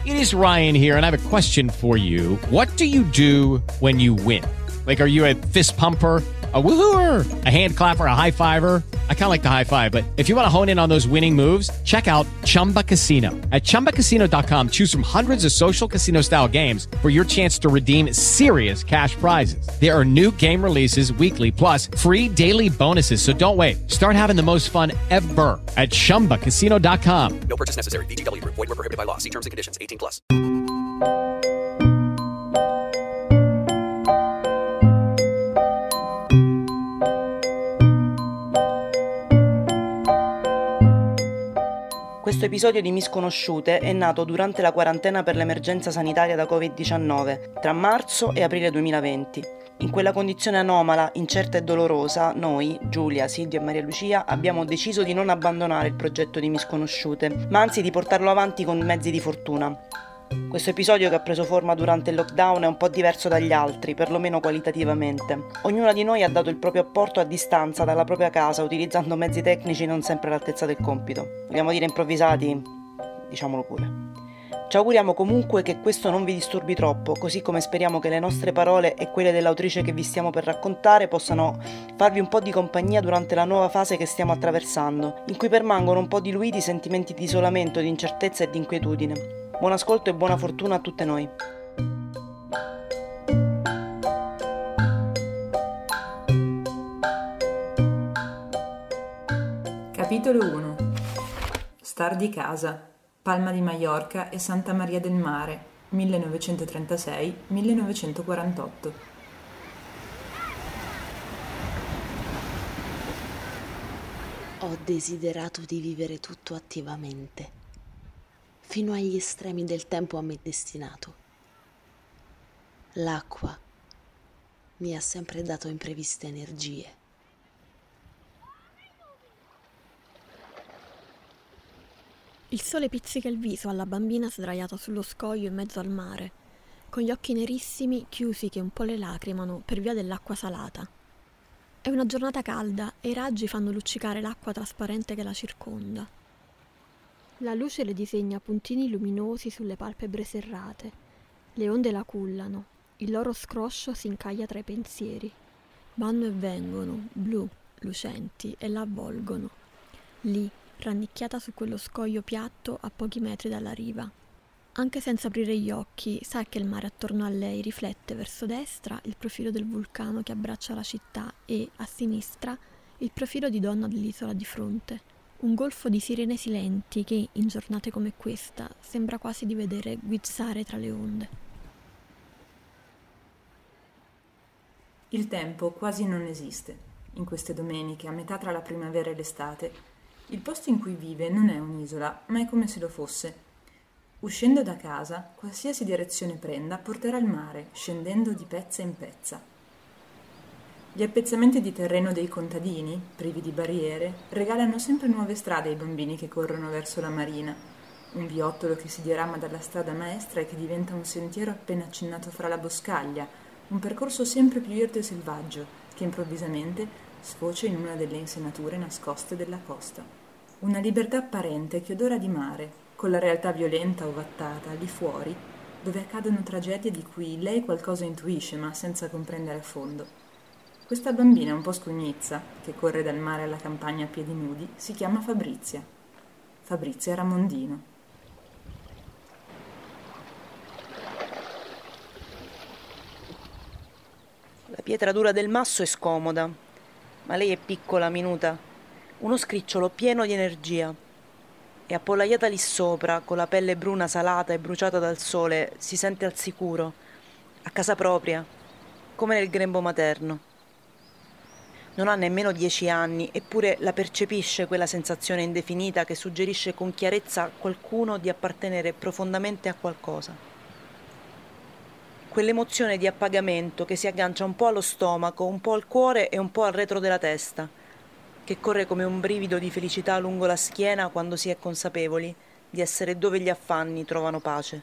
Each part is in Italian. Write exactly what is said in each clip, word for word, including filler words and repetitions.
It is Ryan here, and I have a question for you. What do you do when you win? Like, are you a fist pumper, a woohooer, a hand clapper, a high fiver? I kind of like the high five, but if you want to hone in on those winning moves, check out Chumba Casino. At chumba casino dot com, choose from hundreds of social casino style games for your chance to redeem serious cash prizes. There are new game releases weekly, plus free daily bonuses. So don't wait. Start having the most fun ever at chumba casino dot com. No purchase necessary. V G W Group. Void where prohibited by law. See terms and conditions. eighteen plus. Questo episodio di Misconosciute è nato durante la quarantena per l'emergenza sanitaria da covid diciannove, tra marzo e aprile duemilaventi. In quella condizione anomala, incerta e dolorosa, noi, Giulia, Silvia e Maria Lucia, abbiamo deciso di non abbandonare il progetto di Misconosciute, ma anzi di portarlo avanti con mezzi di fortuna. Questo episodio, che ha preso forma durante il lockdown, è un po' diverso dagli altri, perlomeno qualitativamente. Ognuna di noi ha dato il proprio apporto a distanza dalla propria casa, utilizzando mezzi tecnici non sempre all'altezza del compito. Vogliamo dire improvvisati? Diciamolo pure. Ci auguriamo comunque che questo non vi disturbi troppo, così come speriamo che le nostre parole e quelle dell'autrice che vi stiamo per raccontare possano farvi un po' di compagnia durante la nuova fase che stiamo attraversando, in cui permangono un po' diluiti sentimenti di isolamento, di incertezza e di inquietudine. Buon ascolto e buona fortuna a tutte noi. Capitolo uno. Star di casa. Palma di Maiorca e Santa Maria del Mare, millenovecentotrentasei millenovecentoquarantotto. Ho desiderato di vivere tutto attivamente, fino agli estremi del tempo a me destinato. L'acqua mi ha sempre dato impreviste energie. Il sole pizzica il viso alla bambina sdraiata sullo scoglio in mezzo al mare, con gli occhi nerissimi chiusi che un po' le lacrimano per via dell'acqua salata. È una giornata calda e i raggi fanno luccicare l'acqua trasparente che la circonda. La luce le disegna puntini luminosi sulle palpebre serrate. Le onde la cullano, il loro scroscio si incaglia tra i pensieri. Vanno e vengono, blu, lucenti, e la avvolgono. Lì, rannicchiata su quello scoglio piatto a pochi metri dalla riva. Anche senza aprire gli occhi, sa che il mare attorno a lei riflette verso destra il profilo del vulcano che abbraccia la città e, a sinistra, il profilo di donna dell'isola di fronte. Un golfo di sirene silenti che, in giornate come questa, sembra quasi di vedere guizzare tra le onde. Il tempo quasi non esiste. In queste domeniche, a metà tra la primavera e l'estate, il posto in cui vive non è un'isola, ma è come se lo fosse. Uscendo da casa, qualsiasi direzione prenda, porterà al mare, scendendo di pezza in pezza. Gli appezzamenti di terreno dei contadini, privi di barriere, regalano sempre nuove strade ai bambini che corrono verso la marina. Un viottolo che si dirama dalla strada maestra e che diventa un sentiero appena accennato fra la boscaglia, un percorso sempre più irto e selvaggio, che improvvisamente sfocia in una delle insenature nascoste della costa. Una libertà apparente che odora di mare, con la realtà violenta ovattata lì fuori, dove accadono tragedie di cui lei qualcosa intuisce ma senza comprendere a fondo. Questa bambina un po' scugnizza, che corre dal mare alla campagna a piedi nudi, si chiama Fabrizia. Fabrizia Ramondino. La pietra dura del masso è scomoda, ma lei è piccola, minuta, uno scricciolo pieno di energia. E appollaiata lì sopra, con la pelle bruna salata e bruciata dal sole, si sente al sicuro, a casa propria, come nel grembo materno. Non ha nemmeno dieci anni, eppure la percepisce quella sensazione indefinita che suggerisce con chiarezza a qualcuno di appartenere profondamente a qualcosa. Quell'emozione di appagamento che si aggancia un po' allo stomaco, un po' al cuore e un po' al retro della testa, che corre come un brivido di felicità lungo la schiena quando si è consapevoli di essere dove gli affanni trovano pace.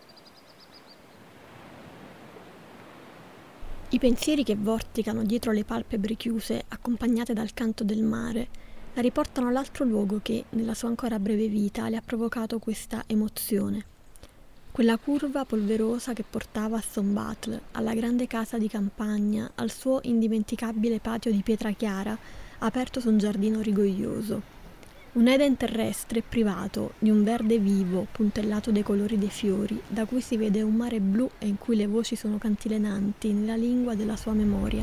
I pensieri che vorticano dietro le palpebre chiuse, accompagnate dal canto del mare, la riportano all'altro luogo che, nella sua ancora breve vita, le ha provocato questa emozione. quella curva polverosa che portava a Son Batlle, alla grande casa di campagna, al suo indimenticabile patio di pietra chiara aperto su un giardino rigoglioso. Un Eden terrestre privato di un verde vivo puntellato dai colori dei fiori, da cui si vede un mare blu e in cui le voci sono cantilenanti nella lingua della sua memoria.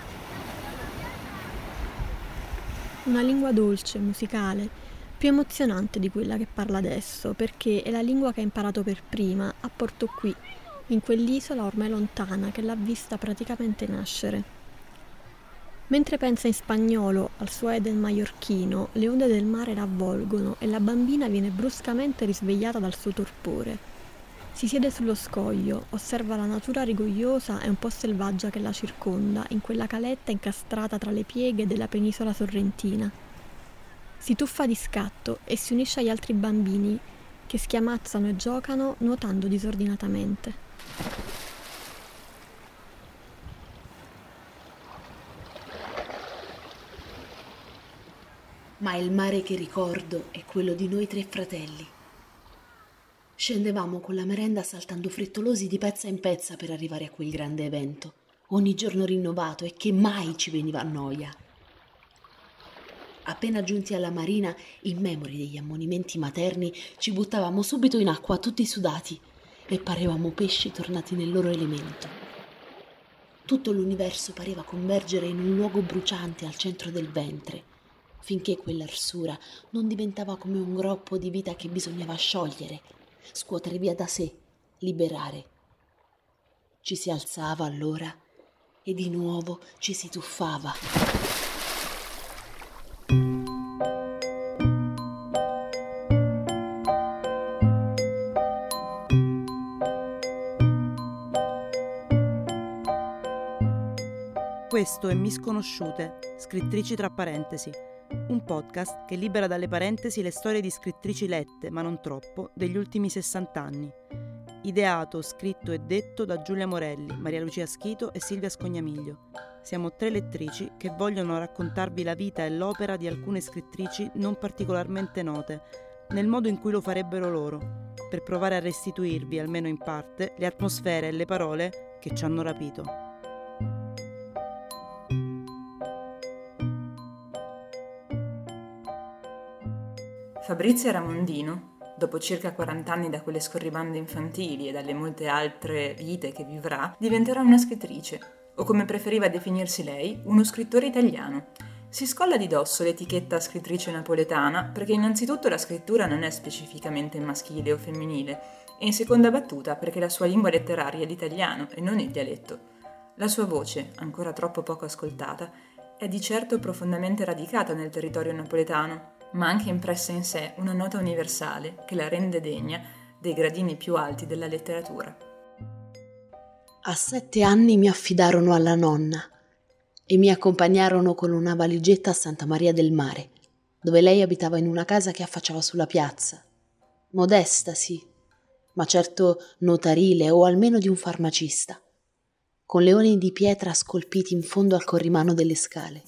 Una lingua dolce, musicale, più emozionante di quella che parla adesso, perché è la lingua che ha imparato per prima a Porto Qui, in quell'isola ormai lontana che l'ha vista praticamente nascere. Mentre pensa in spagnolo al suo Eden maiorchino, le onde del mare la avvolgono e la bambina viene bruscamente risvegliata dal suo torpore. Si siede sullo scoglio, osserva la natura rigogliosa e un po' selvaggia che la circonda in quella caletta incastrata tra le pieghe della penisola sorrentina. Si tuffa di scatto e si unisce agli altri bambini che schiamazzano e giocano nuotando disordinatamente. Ma il mare che ricordo è quello di noi tre fratelli. Scendevamo con la merenda saltando frettolosi di pezza in pezza per arrivare a quel grande evento, ogni giorno rinnovato e che mai ci veniva a noia. Appena giunti alla marina, in memoria degli ammonimenti materni, ci buttavamo subito in acqua tutti sudati e parevamo pesci tornati nel loro elemento. Tutto l'universo pareva convergere in un luogo bruciante al centro del ventre, finché quell'arsura non diventava come un groppo di vita che bisognava sciogliere, scuotere via da sé, liberare. Ci si alzava allora e di nuovo ci si tuffava. Questo è Misconosciute, scrittrici tra parentesi, un podcast che libera dalle parentesi le storie di scrittrici lette, ma non troppo, degli ultimi sessant'anni. Ideato, scritto e detto da Giulia Morelli, Maria Lucia Schito e Silvia Scognamiglio. Siamo tre lettrici che vogliono raccontarvi la vita e l'opera di alcune scrittrici non particolarmente note, nel modo in cui lo farebbero loro, per provare a restituirvi, almeno in parte, le atmosfere e le parole che ci hanno rapito. Fabrizia Ramondino, dopo circa quaranta anni da quelle scorribande infantili e dalle molte altre vite che vivrà, diventerà una scrittrice, o come preferiva definirsi lei, uno scrittore italiano. Si scolla di dosso l'etichetta scrittrice napoletana perché innanzitutto la scrittura non è specificamente maschile o femminile, e in seconda battuta perché la sua lingua letteraria è l'italiano e non il dialetto. La sua voce, ancora troppo poco ascoltata, è di certo profondamente radicata nel territorio napoletano, ma anche impressa in sé una nota universale che la rende degna dei gradini più alti della letteratura. A sette anni mi affidarono alla nonna e mi accompagnarono con una valigetta a Santa Maria del Mare, dove lei abitava in una casa che affacciava sulla piazza. Modesta, sì, ma certo notarile o almeno di un farmacista, con leoni di pietra scolpiti in fondo al corrimano delle scale.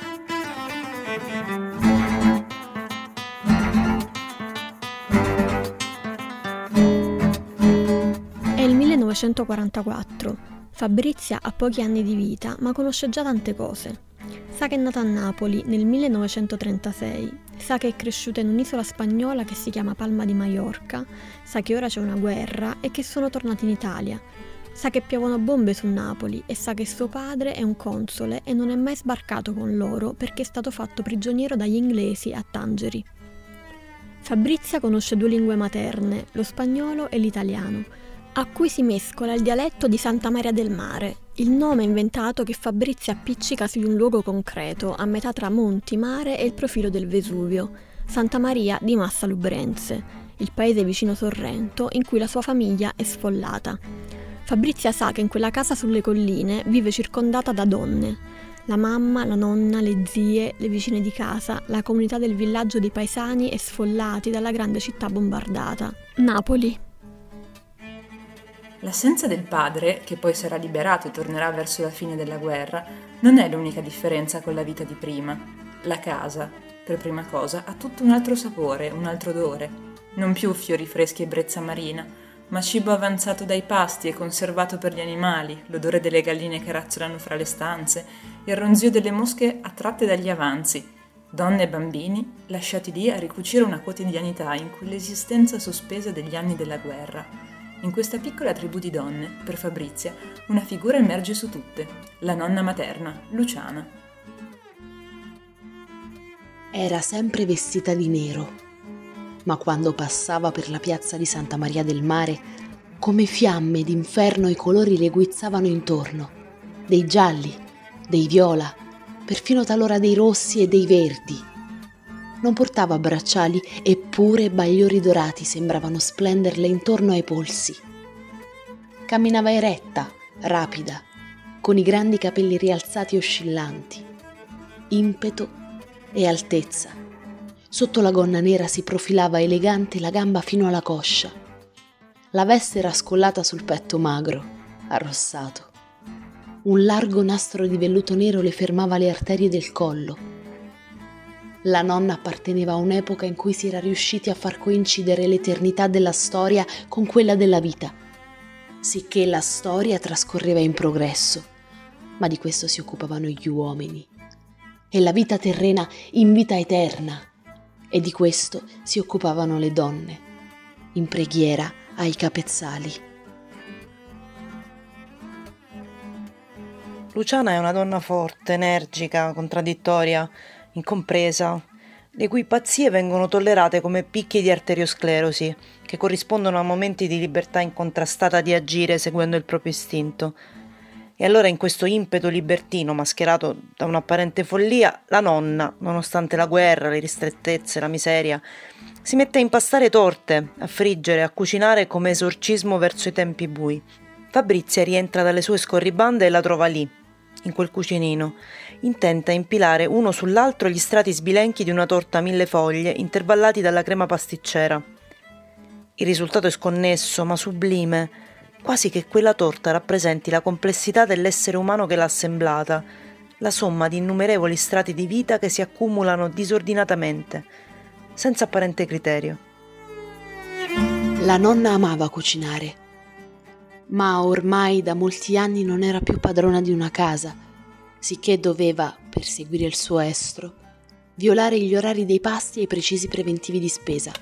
millenovecentoquarantaquattro. Fabrizia ha pochi anni di vita, ma conosce già tante cose. Sa che è nata a Napoli nel millenovecentotrentasei, sa che è cresciuta in un'isola spagnola che si chiama Palma di Maiorca, sa che ora c'è una guerra e che sono tornati in Italia, sa che piovono bombe su Napoli e sa che suo padre è un console e non è mai sbarcato con loro perché è stato fatto prigioniero dagli inglesi a Tangeri. Fabrizia conosce due lingue materne, lo spagnolo e l'italiano, a cui si mescola il dialetto di Santa Maria del Mare, il nome inventato che Fabrizia appiccica su di un luogo concreto, a metà tra monti, mare e il profilo del Vesuvio, Santa Maria di Massa Lubrense, il paese vicino Sorrento in cui la sua famiglia è sfollata. Fabrizia sa che in quella casa sulle colline vive circondata da donne, la mamma, la nonna, le zie, le vicine di casa, la comunità del villaggio dei paesani e sfollati dalla grande città bombardata, Napoli. L'assenza del padre, che poi sarà liberato e tornerà verso la fine della guerra, non è l'unica differenza con la vita di prima. La casa, per prima cosa, ha tutto un altro sapore, un altro odore. Non più fiori freschi e brezza marina, ma cibo avanzato dai pasti e conservato per gli animali, l'odore delle galline che razzolano fra le stanze, il ronzio delle mosche attratte dagli avanzi, donne e bambini lasciati lì a ricucire una quotidianità in quell'esistenza sospesa degli anni della guerra. In questa piccola tribù di donne, per Fabrizia, una figura emerge su tutte, la nonna materna, Luciana. Era sempre vestita di nero, ma quando passava per la piazza di Santa Maria del Mare, come fiamme d'inferno i colori le guizzavano intorno, dei gialli, dei viola, perfino talora dei rossi e dei verdi. Non portava bracciali, eppure bagliori dorati sembravano splenderle intorno ai polsi. Camminava eretta, rapida, con i grandi capelli rialzati e oscillanti. Impeto e altezza. Sotto la gonna nera si profilava elegante la gamba fino alla coscia. La veste era scollata sul petto magro, arrossato. Un largo nastro di velluto nero le fermava le arterie del collo. La nonna apparteneva a un'epoca in cui si era riusciti a far coincidere l'eternità della storia con quella della vita, sicché la storia trascorreva in progresso, ma di questo si occupavano gli uomini, e la vita terrena in vita eterna, e di questo si occupavano le donne, in preghiera ai capezzali. Luciana è una donna forte, energica, contraddittoria, incompresa, le cui pazzie vengono tollerate come picchi di arteriosclerosi, che corrispondono a momenti di libertà incontrastata di agire seguendo il proprio istinto. E allora in questo impeto libertino mascherato da un'apparente follia, la nonna, nonostante la guerra, le ristrettezze, la miseria, si mette a impastare torte, a friggere, a cucinare come esorcismo verso i tempi bui. Fabrizia rientra dalle sue scorribande e la trova lì, in quel cucinino, intenta a impilare uno sull'altro gli strati sbilenchi di una torta a mille foglie intervallati dalla crema pasticcera. Il risultato è sconnesso, ma sublime, quasi che quella torta rappresenti la complessità dell'essere umano che l'ha assemblata, la somma di innumerevoli strati di vita che si accumulano disordinatamente, senza apparente criterio. La nonna amava cucinare, ma ormai da molti anni non era più padrona di una casa, sicché doveva, per seguire il suo estro, violare gli orari dei pasti e i precisi preventivi di spesa.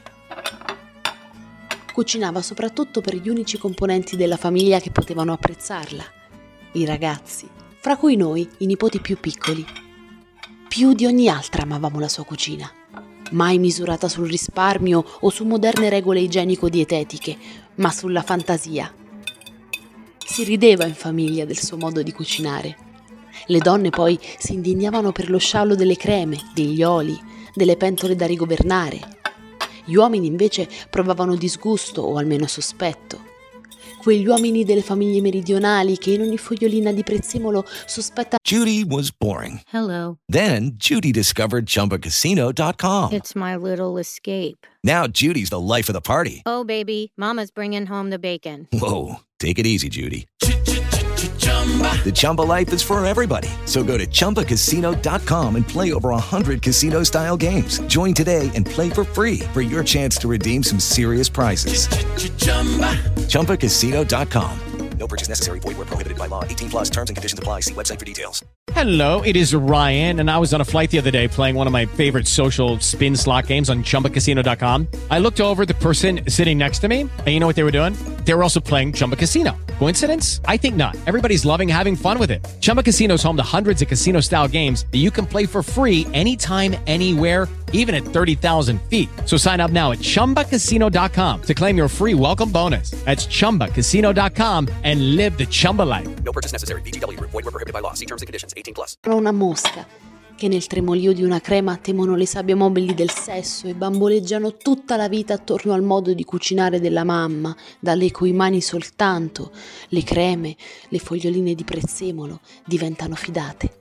Cucinava soprattutto per gli unici componenti della famiglia che potevano apprezzarla, i ragazzi, fra cui noi, i nipoti più piccoli. Più di ogni altra amavamo la sua cucina, mai misurata sul risparmio o su moderne regole igienico-dietetiche, ma sulla fantasia. Si rideva in famiglia del suo modo di cucinare. Le donne poi si indignavano per lo sciallo delle creme, degli oli, delle pentole da rigovernare. Gli uomini invece provavano disgusto o almeno sospetto. Quegli uomini delle famiglie meridionali che in ogni fogliolina di prezzemolo sospettano. Judy was boring. Hello. Then Judy discovered Chumba Casino dot com. It's my little escape. Now Judy's the life of the party. Oh, baby, mama's bringing home the bacon. Whoa, take it easy, Judy. The Chumba life is for everybody. So go to Chumba Casino dot com and play over one hundred casino-style games. Join today and play for free for your chance to redeem some serious prizes. Chumba Casino dot com. No purchase necessary. Void where prohibited by law. eighteen plus terms and conditions apply. See website for details. Hello, it is Ryan, and I was on a flight the other day playing one of my favorite social spin slot games on Chumba Casino dot com. I looked over at the person sitting next to me, and you know what they were doing? They were also playing Chumba Casino. Coincidence? I think not. Everybody's loving having fun with it. Chumba Casino is home to hundreds of casino-style games that you can play for free anytime, anywhere, even at thirty thousand feet. So sign up now at Chumba Casino dot com to claim your free welcome bonus. That's Chumba Casino dot com and live the Chumba life. No purchase necessary. V G W. Void where prohibited by law. See terms and conditions. eighteen plus. Una mosca che nel tremolio di una crema temono le sabbie mobili del sesso e bamboleggiano tutta la vita attorno al modo di cucinare della mamma, dalle cui mani soltanto le creme, le foglioline di prezzemolo diventano fidate.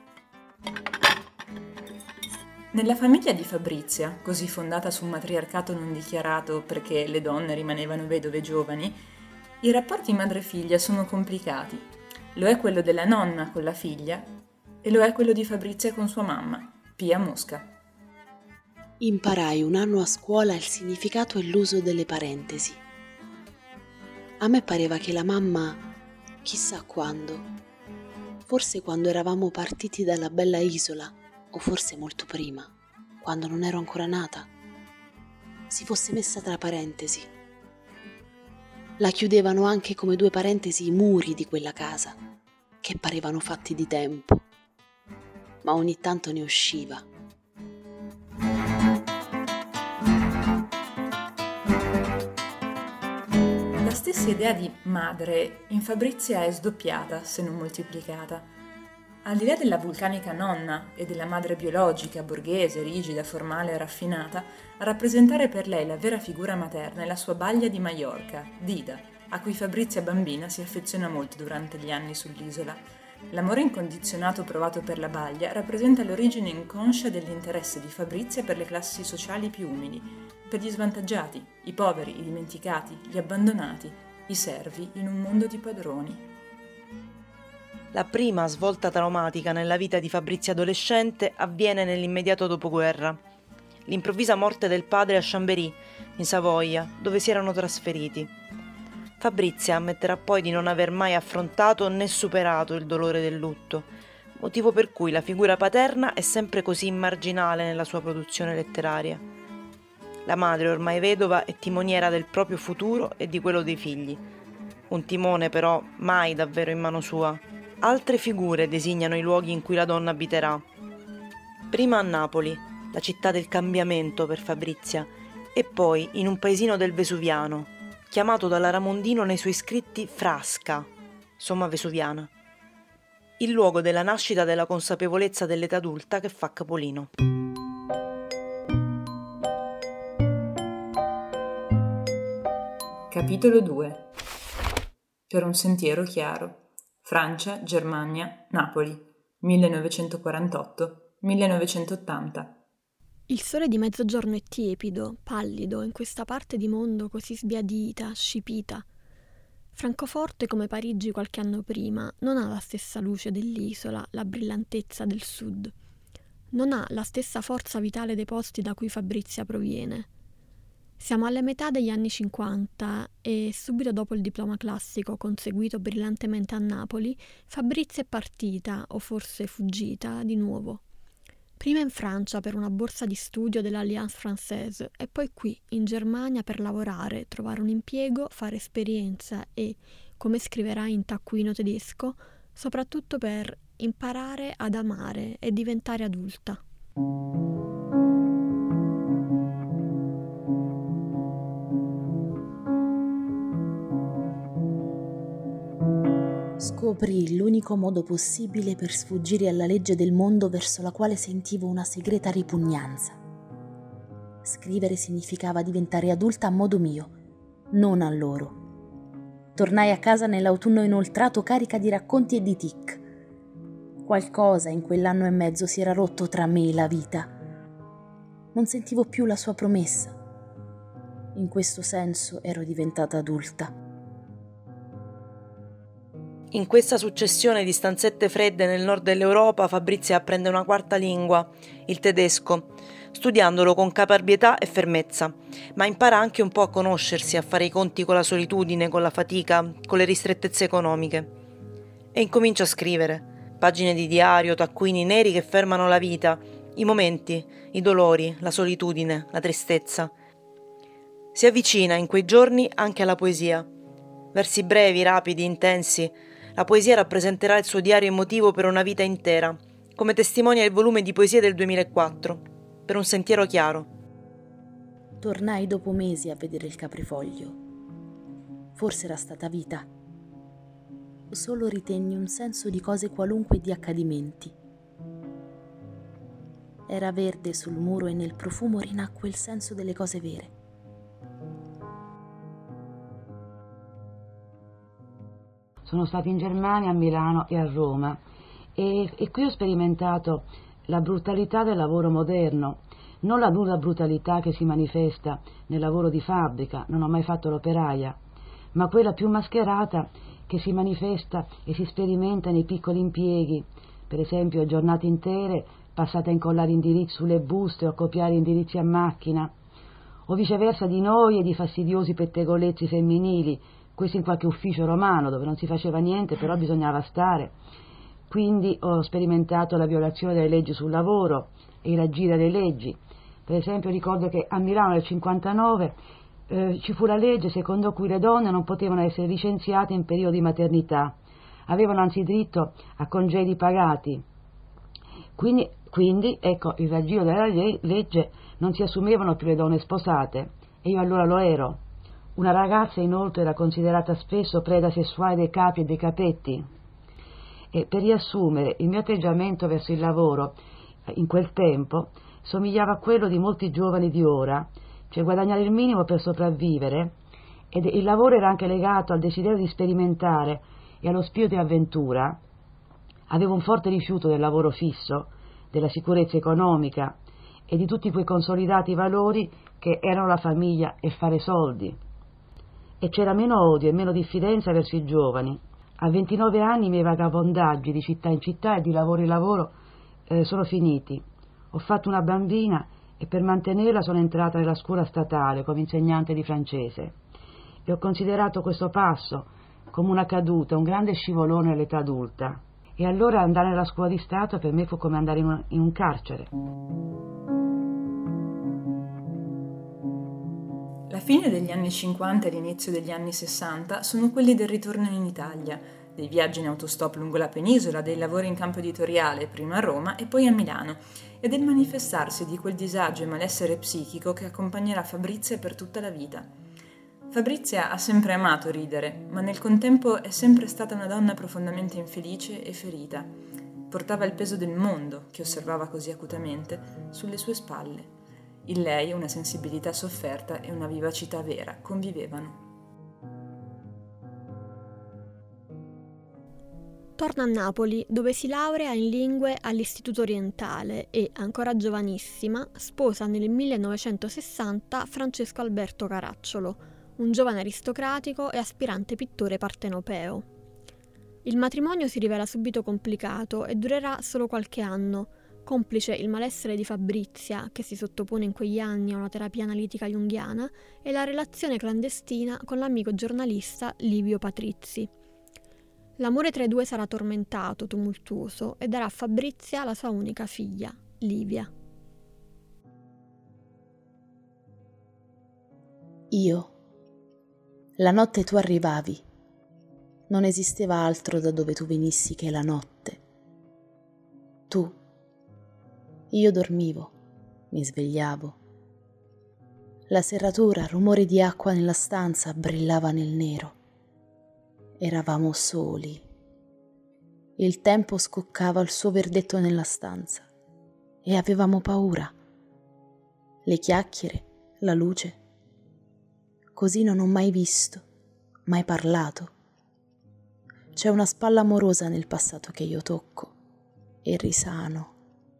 Nella famiglia di Fabrizia, così fondata su un matriarcato non dichiarato perché le donne rimanevano vedove giovani, i rapporti madre-figlia sono complicati. Lo è quello della nonna con la figlia e lo è quello di Fabrizia con sua mamma, Pia Mosca. Imparai un anno a scuola il significato e l'uso delle parentesi. A me pareva che la mamma, chissà quando, forse quando eravamo partiti dalla bella isola, o forse molto prima, quando non ero ancora nata, si fosse messa tra parentesi. La chiudevano anche come due parentesi i muri di quella casa, che parevano fatti di tempo, ma ogni tanto ne usciva. La stessa idea di madre in Fabrizia è sdoppiata, se non moltiplicata. Al di là della vulcanica nonna e della madre biologica, borghese, rigida, formale e raffinata, a rappresentare per lei la vera figura materna è la sua baglia di Maiorca, Dida, a cui Fabrizia bambina si affeziona molto durante gli anni sull'isola. L'amore incondizionato provato per la baglia rappresenta l'origine inconscia dell'interesse di Fabrizia per le classi sociali più umili, per gli svantaggiati, i poveri, i dimenticati, gli abbandonati, i servi in un mondo di padroni. La prima svolta traumatica nella vita di Fabrizia adolescente avviene nell'immediato dopoguerra. L'improvvisa morte del padre a Chambéry, in Savoia, dove si erano trasferiti. Fabrizia ammetterà poi di non aver mai affrontato né superato il dolore del lutto, motivo per cui la figura paterna è sempre così marginale nella sua produzione letteraria. La madre, ormai vedova, è timoniera del proprio futuro e di quello dei figli. Un timone però mai davvero in mano sua. Altre figure designano i luoghi in cui la donna abiterà. Prima a Napoli, la città del cambiamento per Fabrizia, e poi in un paesino del Vesuviano, chiamato dalla Ramondino nei suoi scritti Frasca, somma vesuviana, il luogo della nascita della consapevolezza dell'età adulta che fa capolino. Capitolo due. Per un sentiero chiaro. Francia, Germania, Napoli, millenovecentoquarantotto millenovecentottanta. Il sole di mezzogiorno è tiepido, pallido, in questa parte di mondo così sbiadita, scipita. Francoforte, come Parigi qualche anno prima, non ha la stessa luce dell'isola, la brillantezza del sud. Non ha la stessa forza vitale dei posti da cui Fabrizia proviene. Siamo alla metà degli anni cinquanta e subito dopo il diploma classico conseguito brillantemente a Napoli, Fabrizia è partita, o forse fuggita, di nuovo. Prima in Francia per una borsa di studio dell'Alliance Française e poi qui in Germania per lavorare, trovare un impiego, fare esperienza e, come scriverà in Taccuino tedesco, soprattutto per imparare ad amare e diventare adulta. Scoprì l'unico modo possibile per sfuggire alla legge del mondo verso la quale sentivo una segreta ripugnanza. Scrivere significava diventare adulta a modo mio, non a loro. Tornai a casa nell'autunno inoltrato carica di racconti e di tic. Qualcosa in quell'anno e mezzo si era rotto tra me e la vita. Non sentivo più la sua promessa. In questo senso ero diventata adulta. In questa successione di stanzette fredde nel nord dell'Europa, Fabrizia apprende una quarta lingua, il tedesco, studiandolo con caparbietà e fermezza, ma impara anche un po' a conoscersi, a fare i conti con la solitudine, con la fatica, con le ristrettezze economiche. E incomincia a scrivere, pagine di diario, taccuini neri che fermano la vita, i momenti, i dolori, la solitudine, la tristezza. Si avvicina in quei giorni anche alla poesia. Versi brevi, rapidi, intensi. La poesia rappresenterà il suo diario emotivo per una vita intera, come testimonia il volume di poesie del duemilaquattro, Per un sentiero chiaro. Tornai dopo mesi a vedere il caprifoglio. Forse era stata vita. Solo ritenni un senso di cose qualunque e di accadimenti. Era verde sul muro e nel profumo rinacque il senso delle cose vere. Sono stata in Germania, a Milano e a Roma e, e qui ho sperimentato la brutalità del lavoro moderno, non la nuda brutalità che si manifesta nel lavoro di fabbrica, non ho mai fatto l'operaia, ma quella più mascherata che si manifesta e si sperimenta nei piccoli impieghi, per esempio giornate intere passate a incollare indirizzi sulle buste o a copiare indirizzi a macchina, o viceversa di noi e di fastidiosi pettegolezzi femminili, questo in qualche ufficio romano dove non si faceva niente, però bisognava stare. Quindi ho sperimentato la violazione delle leggi sul lavoro e il raggire delle leggi. Per esempio ricordo che a Milano nel cinquantanove eh, ci fu la legge secondo cui le donne non potevano essere licenziate in periodo di maternità, avevano anzi diritto a congedi pagati. Quindi, quindi ecco, il raggiro della legge non si assumevano più le donne sposate, e io allora lo ero. Una ragazza inoltre era considerata spesso preda sessuale dei capi e dei capetti. E per riassumere, il mio atteggiamento verso il lavoro in quel tempo somigliava a quello di molti giovani di ora, cioè guadagnare il minimo per sopravvivere, ed il lavoro era anche legato al desiderio di sperimentare e allo spirito di avventura. Avevo un forte rifiuto del lavoro fisso, della sicurezza economica e di tutti quei consolidati valori che erano la famiglia e fare soldi. E c'era meno odio e meno diffidenza verso i giovani. A ventinove anni i miei vagabondaggi di città in città e di lavoro in lavoro eh, sono finiti. Ho fatto una bambina e per mantenerla sono entrata nella scuola statale come insegnante di francese. E ho considerato questo passo come una caduta, un grande scivolone all'età adulta. E allora andare nella scuola di Stato per me fu come andare in, una, in un carcere. La fine degli anni cinquanta e l'inizio degli anni sessanta sono quelli del ritorno in Italia, dei viaggi in autostop lungo la penisola, dei lavori in campo editoriale, prima a Roma e poi a Milano, e del manifestarsi di quel disagio e malessere psichico che accompagnerà Fabrizia per tutta la vita. Fabrizia ha sempre amato ridere, ma nel contempo è sempre stata una donna profondamente infelice e ferita. Portava il peso del mondo, che osservava così acutamente, sulle sue spalle. In lei una sensibilità sofferta e una vivacità vera convivevano. Torna a Napoli, dove si laurea in lingue all'Istituto Orientale e, ancora giovanissima, sposa nel millenovecentosessanta Francesco Alberto Caracciolo, un giovane aristocratico e aspirante pittore partenopeo. Il matrimonio si rivela subito complicato e durerà solo qualche anno, complice il malessere di Fabrizia, che si sottopone in quegli anni a una terapia analitica junghiana, e la relazione clandestina con l'amico giornalista Livio Patrizi. L'amore tra i due sarà tormentato, tumultuoso, e darà a Fabrizia la sua unica figlia, Livia. Io. La notte tu arrivavi. Non esisteva altro da dove tu venissi che la notte. Tu. Io dormivo, mi svegliavo. La serratura, rumore di acqua nella stanza, brillava nel nero. Eravamo soli. Il tempo scoccava il suo verdetto nella stanza e avevamo paura. Le chiacchiere, la luce. Così non ho mai visto, mai parlato. C'è una spalla amorosa nel passato che io tocco e risano.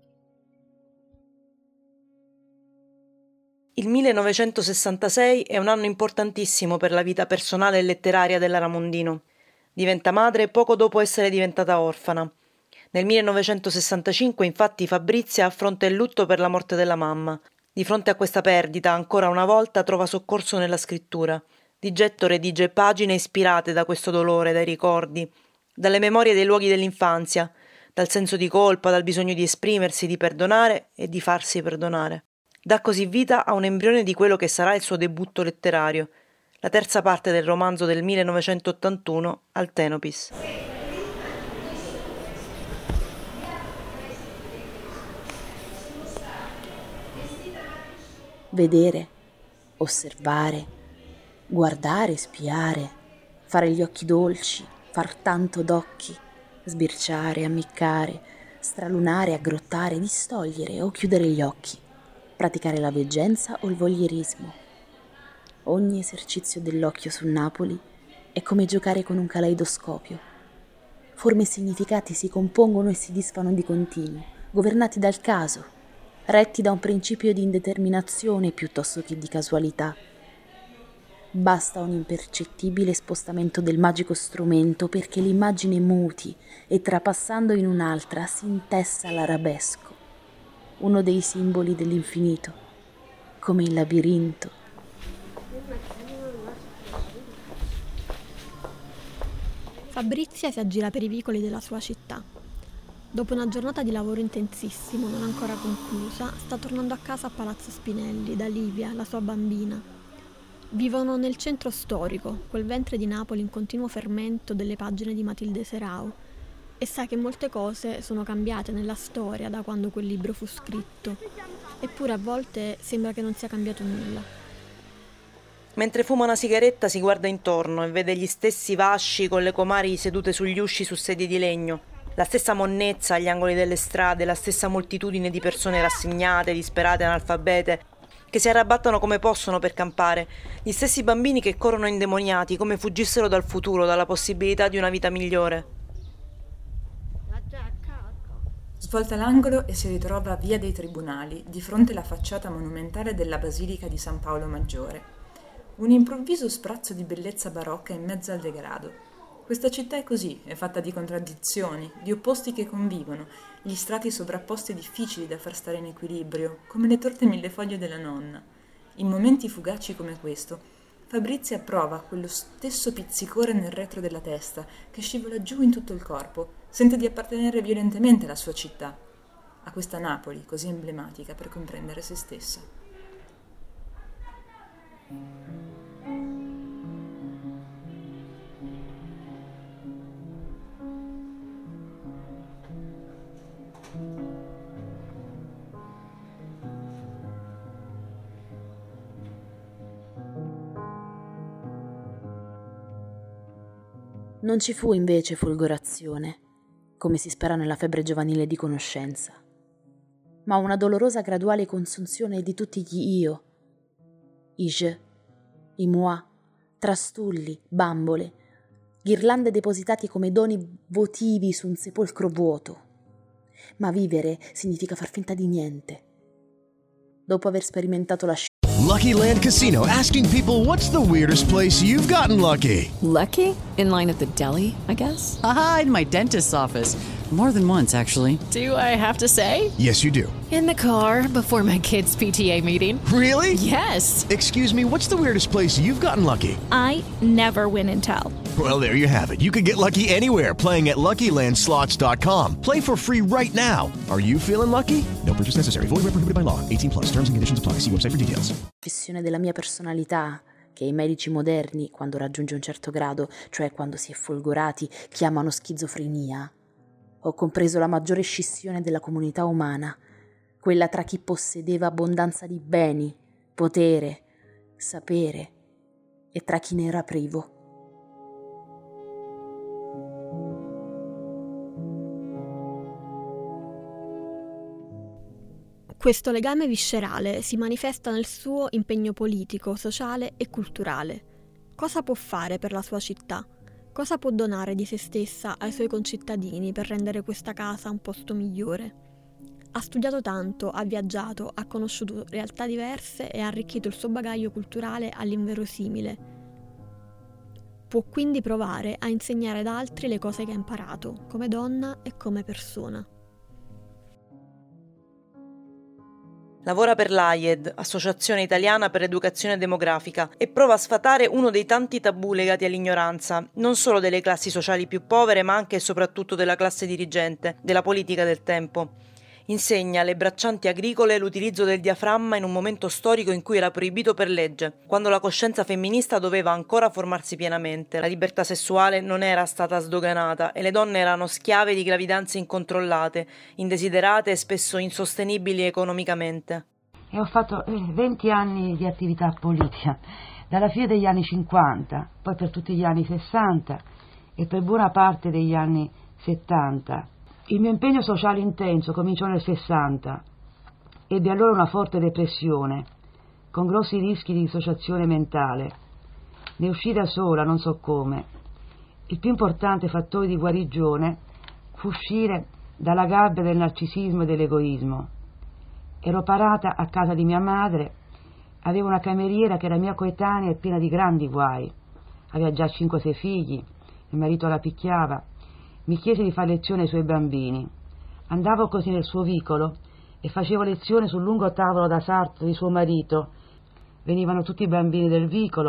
Il millenovecentosessantasei è un anno importantissimo per la vita personale e letteraria della Ramondino. Diventa madre poco dopo essere diventata orfana. Nel millenovecentosessantacinque, infatti, Fabrizia affronta il lutto per la morte della mamma. Di fronte a questa perdita, ancora una volta trova soccorso nella scrittura. Di getto redige pagine ispirate da questo dolore, dai ricordi, dalle memorie dei luoghi dell'infanzia, dal senso di colpa, dal bisogno di esprimersi, di perdonare e di farsi perdonare. Dà così vita a un embrione di quello che sarà il suo debutto letterario, la terza parte del romanzo del millenovecentottantuno, Altenopis. Vedere, osservare, guardare, spiare, fare gli occhi dolci, far tanto d'occhi, sbirciare, ammiccare, stralunare, aggrottare, distogliere o chiudere gli occhi, praticare la veggenza o il voglierismo. Ogni esercizio dell'occhio su Napoli è come giocare con un caleidoscopio. Forme e significati si compongono e si disfano di continuo, governati dal caso, retti da un principio di indeterminazione piuttosto che di casualità. Basta un impercettibile spostamento del magico strumento perché l'immagine muti e trapassando in un'altra si intessa l'arabesco, uno dei simboli dell'infinito, come il labirinto. Fabrizia si aggira per i vicoli della sua città. Dopo una giornata di lavoro intensissimo, non ancora conclusa, sta tornando a casa a Palazzo Spinelli, da Livia, la sua bambina. Vivono nel centro storico, quel ventre di Napoli in continuo fermento delle pagine di Matilde Serao, e sa che molte cose sono cambiate nella storia da quando quel libro fu scritto, eppure a volte sembra che non sia cambiato nulla. Mentre fuma una sigaretta si guarda intorno e vede gli stessi vasci con le comari sedute sugli usci su sedie di legno, la stessa monnezza agli angoli delle strade, la stessa moltitudine di persone rassegnate, disperate, analfabete, che si arrabattano come possono per campare, gli stessi bambini che corrono indemoniati come fuggissero dal futuro, dalla possibilità di una vita migliore. Svolta l'angolo e si ritrova a Via dei Tribunali, di fronte alla facciata monumentale della Basilica di San Paolo Maggiore. Un improvviso sprazzo di bellezza barocca in mezzo al degrado. Questa città è così, è fatta di contraddizioni, di opposti che convivono, gli strati sovrapposti difficili da far stare in equilibrio, come le torte millefoglie della nonna. In momenti fugaci come questo, Fabrizia prova quello stesso pizzicore nel retro della testa, che scivola giù in tutto il corpo, sente di appartenere violentemente alla sua città, a questa Napoli così emblematica per comprendere se stessa. Non ci fu invece folgorazione, come si spera nella febbre giovanile di conoscenza, ma una dolorosa graduale consunzione di tutti gli io, i je, i moi, trastulli, bambole, ghirlande depositati come doni votivi su un sepolcro vuoto. Ma vivere significa far finta di niente. Dopo aver sperimentato la Lucky Land Casino, asking people, what's the weirdest place you've gotten lucky? Lucky? In line at the deli, I guess? Aha, in my dentist's office. More than once, actually. Do I have to say? Yes, you do. In the car before my kids' P T A meeting. Really? Yes. Excuse me, what's the weirdest place you've gotten lucky? I never win and tell. Well, there you have it. You can get lucky anywhere, playing at Lucky Land Slots dot com. Play for free right now. Are you feeling lucky? No purchase necessary. Void where prohibited by law. eighteen plus. Terms and conditions apply. See website for details. Espressione della mia personalità, che i medici moderni, quando raggiunge un certo grado, cioè quando si è folgorati, chiamano schizofrenia. Ho compreso la maggiore scissione della comunità umana, quella tra chi possedeva abbondanza di beni, potere, sapere, e tra chi ne era privo. Questo legame viscerale si manifesta nel suo impegno politico, sociale e culturale. Cosa può fare per la sua città? Cosa può donare di se stessa ai suoi concittadini per rendere questa casa un posto migliore? Ha studiato tanto, ha viaggiato, ha conosciuto realtà diverse e ha arricchito il suo bagaglio culturale all'inverosimile. Può quindi provare a insegnare ad altri le cose che ha imparato, come donna e come persona. Lavora per l'A I E D, Associazione Italiana per l'Educazione Demografica, e prova a sfatare uno dei tanti tabù legati all'ignoranza, non solo delle classi sociali più povere, ma anche e soprattutto della classe dirigente, della politica del tempo. Insegna alle braccianti agricole l'utilizzo del diaframma in un momento storico in cui era proibito per legge, quando la coscienza femminista doveva ancora formarsi pienamente, la libertà sessuale non era stata sdoganata e le donne erano schiave di gravidanze incontrollate, indesiderate e spesso insostenibili economicamente. E ho fatto venti anni di attività politica, dalla fine degli anni cinquanta, poi per tutti gli anni sessanta e per buona parte degli anni settanta. Il mio impegno sociale intenso cominciò nel sessanta. Ebbi allora una forte depressione, con grossi rischi di dissociazione mentale. Ne uscii da sola, non so come. Il più importante fattore di guarigione fu uscire dalla gabbia del narcisismo e dell'egoismo. Ero parata a casa di mia madre, avevo una cameriera che era mia coetanea e piena di grandi guai. Aveva già cinque o sei figli, mio marito la picchiava. Mi chiese di fare lezione ai suoi bambini. Andavo così nel suo vicolo e facevo lezione sul lungo tavolo da sarto di suo marito. Venivano tutti i bambini del vicolo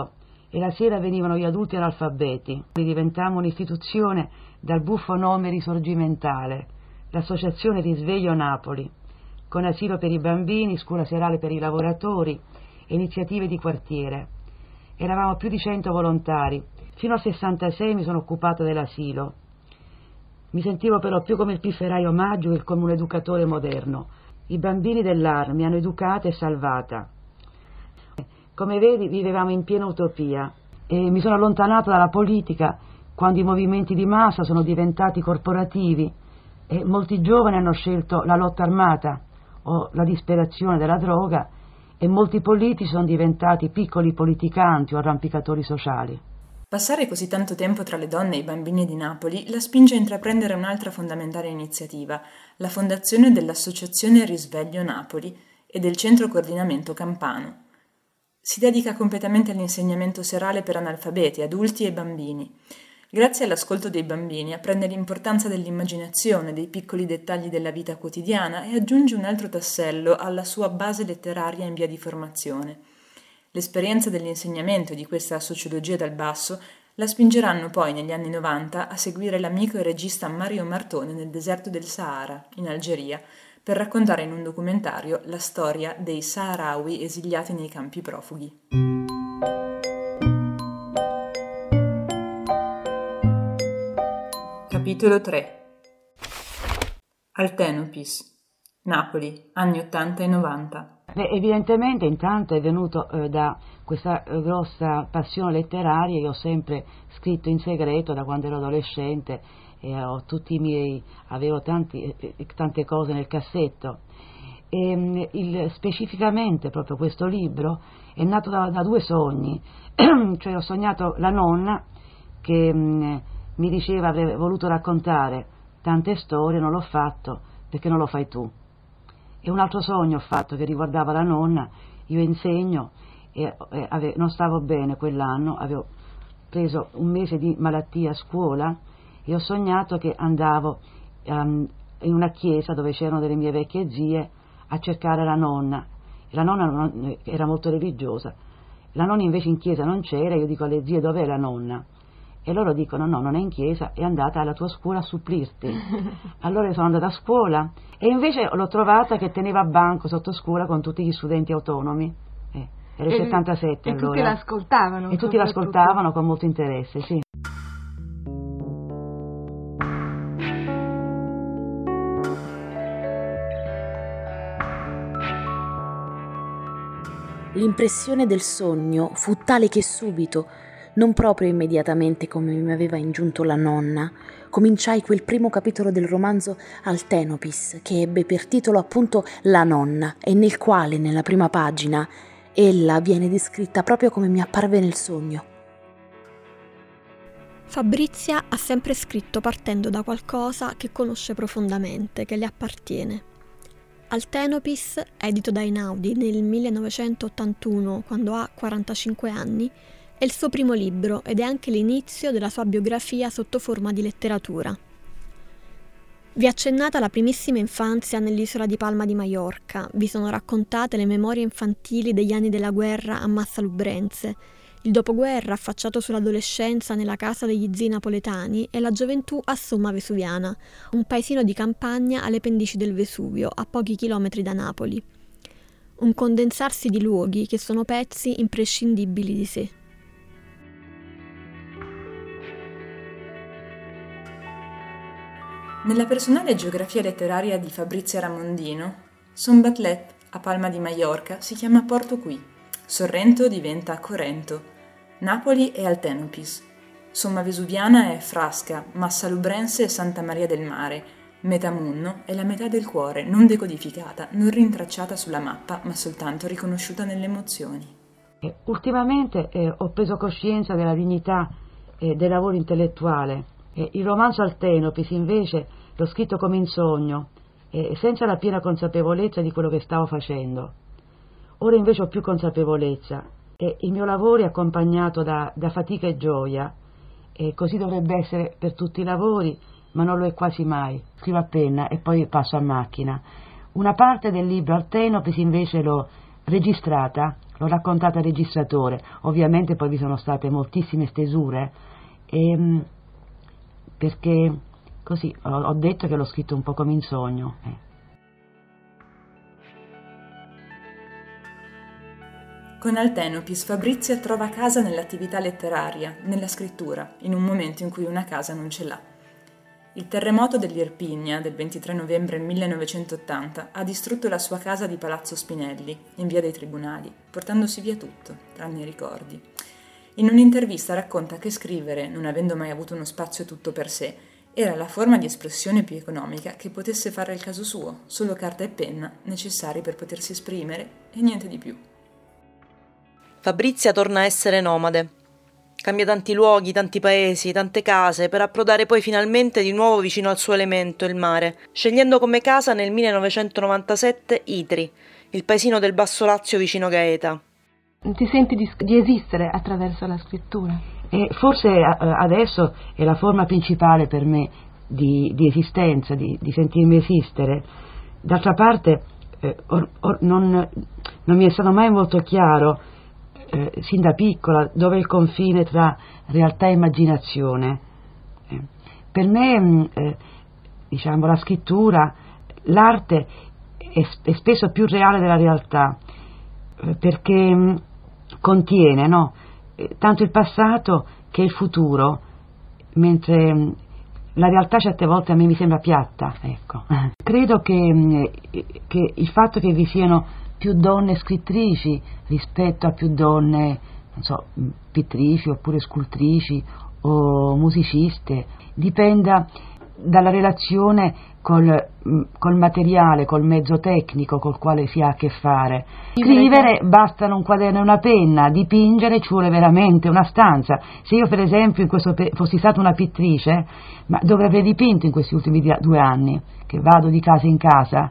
e la sera venivano gli adulti analfabeti. Diventammo un'istituzione dal buffo nome risorgimentale, l'Associazione Risveglio Napoli, con asilo per i bambini, scuola serale per i lavoratori e iniziative di quartiere. Eravamo più di cento volontari. Fino al sessantasei mi sono occupata dell'asilo. Mi sentivo però più come il pifferaio Maggio che come un educatore moderno. I bambini dell'A R mi hanno educata e salvata. Come vedi, vivevamo in piena utopia e mi sono allontanata dalla politica quando i movimenti di massa sono diventati corporativi e molti giovani hanno scelto la lotta armata o la disperazione della droga e molti politici sono diventati piccoli politicanti o arrampicatori sociali. Passare così tanto tempo tra le donne e i bambini di Napoli la spinge a intraprendere un'altra fondamentale iniziativa, la fondazione dell'Associazione Risveglio Napoli e del Centro Coordinamento Campano. Si dedica completamente all'insegnamento serale per analfabeti, adulti e bambini. Grazie all'ascolto dei bambini apprende l'importanza dell'immaginazione, dei piccoli dettagli della vita quotidiana e aggiunge un altro tassello alla sua base letteraria in via di formazione. L'esperienza dell'insegnamento di questa sociologia dal basso la spingeranno poi negli anni novanta a seguire l'amico e regista Mario Martone nel deserto del Sahara, in Algeria, per raccontare in un documentario la storia dei saharawi esiliati nei campi profughi. Capitolo tre. Altenopis, Napoli, anni ottanta e novanta. Beh, evidentemente intanto è venuto eh, da questa eh, grossa passione letteraria. Io ho sempre scritto in segreto da quando ero adolescente e ho tutti i miei, avevo tanti, eh, tante cose nel cassetto e il, specificamente proprio questo libro è nato da, da due sogni. Cioè ho sognato la nonna che mh, mi diceva avrei voluto raccontare tante storie, non l'ho fatto perché non lo fai tu. E un altro sogno ho fatto che riguardava la nonna. Io insegno e, e ave, non stavo bene quell'anno, avevo preso un mese di malattia a scuola e ho sognato che andavo um, in una chiesa dove c'erano delle mie vecchie zie a cercare la nonna. E la nonna non, era molto religiosa, la nonna invece in chiesa non c'era. Io dico alle zie: dov'è la nonna? E loro dicono: no, non è in chiesa, è andata alla tua scuola a supplirti. Allora sono andata a scuola e invece l'ho trovata che teneva banco sotto scuola con tutti gli studenti autonomi. Eh, era il e, settantasette e allora. tutti l'ascoltavano. E tutti l'ascoltavano con molto interesse, sì. L'impressione del sogno fu tale che subito, non proprio immediatamente come mi aveva ingiunto la nonna, cominciai quel primo capitolo del romanzo Altenopis, che ebbe per titolo appunto La nonna, e nel quale, nella prima pagina, ella viene descritta proprio come mi apparve nel sogno. Fabrizia ha sempre scritto partendo da qualcosa che conosce profondamente, che le appartiene. Altenopis, edito da Einaudi nel millenovecentottantuno, quando ha quarantacinque anni, è il suo primo libro ed è anche l'inizio della sua biografia sotto forma di letteratura. Vi è accennata la primissima infanzia nell'isola di Palma di Maiorca, vi sono raccontate le memorie infantili degli anni della guerra a Massalubrense, il dopoguerra affacciato sull'adolescenza nella casa degli zii napoletani e la gioventù a Somma Vesuviana, un paesino di campagna alle pendici del Vesuvio, a pochi chilometri da Napoli. Un condensarsi di luoghi che sono pezzi imprescindibili di sé. Nella personale geografia letteraria di Fabrizia Ramondino, Son Batlet a Palma di Maiorca si chiama Porto Qui, Sorrento diventa Corrento, Napoli è Altenopis, Somma Vesuviana è Frasca, Massalubrense è Santa Maria del Mare, Metamunno è la metà del cuore, non decodificata, non rintracciata sulla mappa, ma soltanto riconosciuta nelle emozioni. Eh, ultimamente eh, ho preso coscienza della dignità eh, del lavoro intellettuale. Eh, il romanzo Altenopis invece l'ho scritto come in sogno, eh, senza la piena consapevolezza di quello che stavo facendo. Ora invece ho più consapevolezza e il mio lavoro è accompagnato da, da fatica e gioia, e così dovrebbe essere per tutti i lavori, ma non lo è quasi mai. Scrivo a penna e poi passo a macchina. Una parte del libro Altenopis invece l'ho registrata, l'ho raccontata al registratore, ovviamente poi vi sono state moltissime stesure, e, perché così ho, ho detto che l'ho scritto un po' come in sogno. Eh. Con Altenopis Fabrizia trova casa nell'attività letteraria, nella scrittura, in un momento in cui una casa non ce l'ha. Il terremoto dell'Irpinia del ventitré novembre millenovecentottanta ha distrutto la sua casa di Palazzo Spinelli, in via dei Tribunali, portandosi via tutto, tranne i ricordi. In un'intervista racconta che scrivere, non avendo mai avuto uno spazio tutto per sé, era la forma di espressione più economica che potesse fare il caso suo, solo carta e penna necessari per potersi esprimere e niente di più. Fabrizia torna a essere nomade. Cambia tanti luoghi, tanti paesi, tante case, per approdare poi finalmente di nuovo vicino al suo elemento, il mare, scegliendo come casa nel millenovecentonovantasette Itri, il paesino del Basso Lazio vicino Gaeta. Ti senti di, di esistere attraverso la scrittura? E forse adesso è la forma principale per me di, di esistenza, di, di sentirmi esistere. D'altra parte eh, or, or, non, non mi è stato mai molto chiaro, eh, sin da piccola, dove è il confine tra realtà e immaginazione. Eh, per me, eh, diciamo, la scrittura, l'arte è, è spesso più reale della realtà, eh, perché mh, contiene, no? tanto il passato che il futuro, mentre mh, la realtà certe volte a me mi sembra piatta, ecco. Credo che, mh, che il fatto che vi siano più donne scrittrici rispetto a più donne, non so, pittrici oppure scultrici o musiciste, dipenda dalla relazione col, col materiale, col mezzo tecnico col quale si ha a che fare. Scrivere bastano un quaderno e una penna, dipingere ci vuole veramente una stanza. Se io per esempio in questo pe- fossi stata una pittrice, ma dove avrei dipinto in questi ultimi dia- due anni, che vado di casa in casa?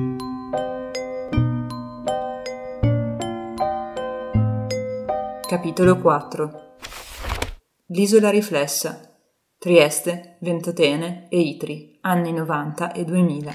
Capitolo quattro. L'isola riflessa. Trieste, Ventotene e Itri, anni novanta e duemila.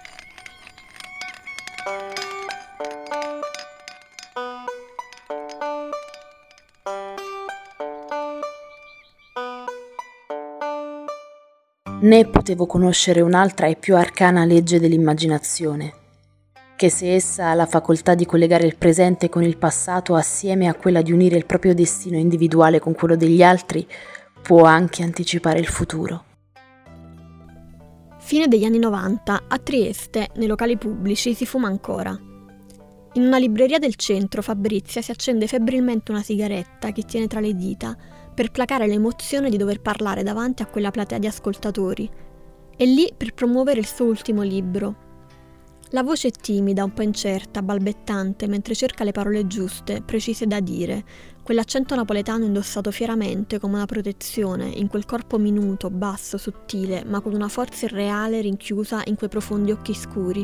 Né potevo conoscere un'altra e più arcana legge dell'immaginazione, che se essa ha la facoltà di collegare il presente con il passato assieme a quella di unire il proprio destino individuale con quello degli altri, può anche anticipare il futuro. Fine degli anni novanta, a Trieste, nei locali pubblici, si fuma ancora. In una libreria del centro, Fabrizia si accende febbrilmente una sigaretta che tiene tra le dita per placare l'emozione di dover parlare davanti a quella platea di ascoltatori. È lì per promuovere il suo ultimo libro. La voce è timida, un po' incerta, balbettante, mentre cerca le parole giuste, precise da dire, quell'accento napoletano indossato fieramente come una protezione, in quel corpo minuto, basso, sottile, ma con una forza irreale rinchiusa in quei profondi occhi scuri.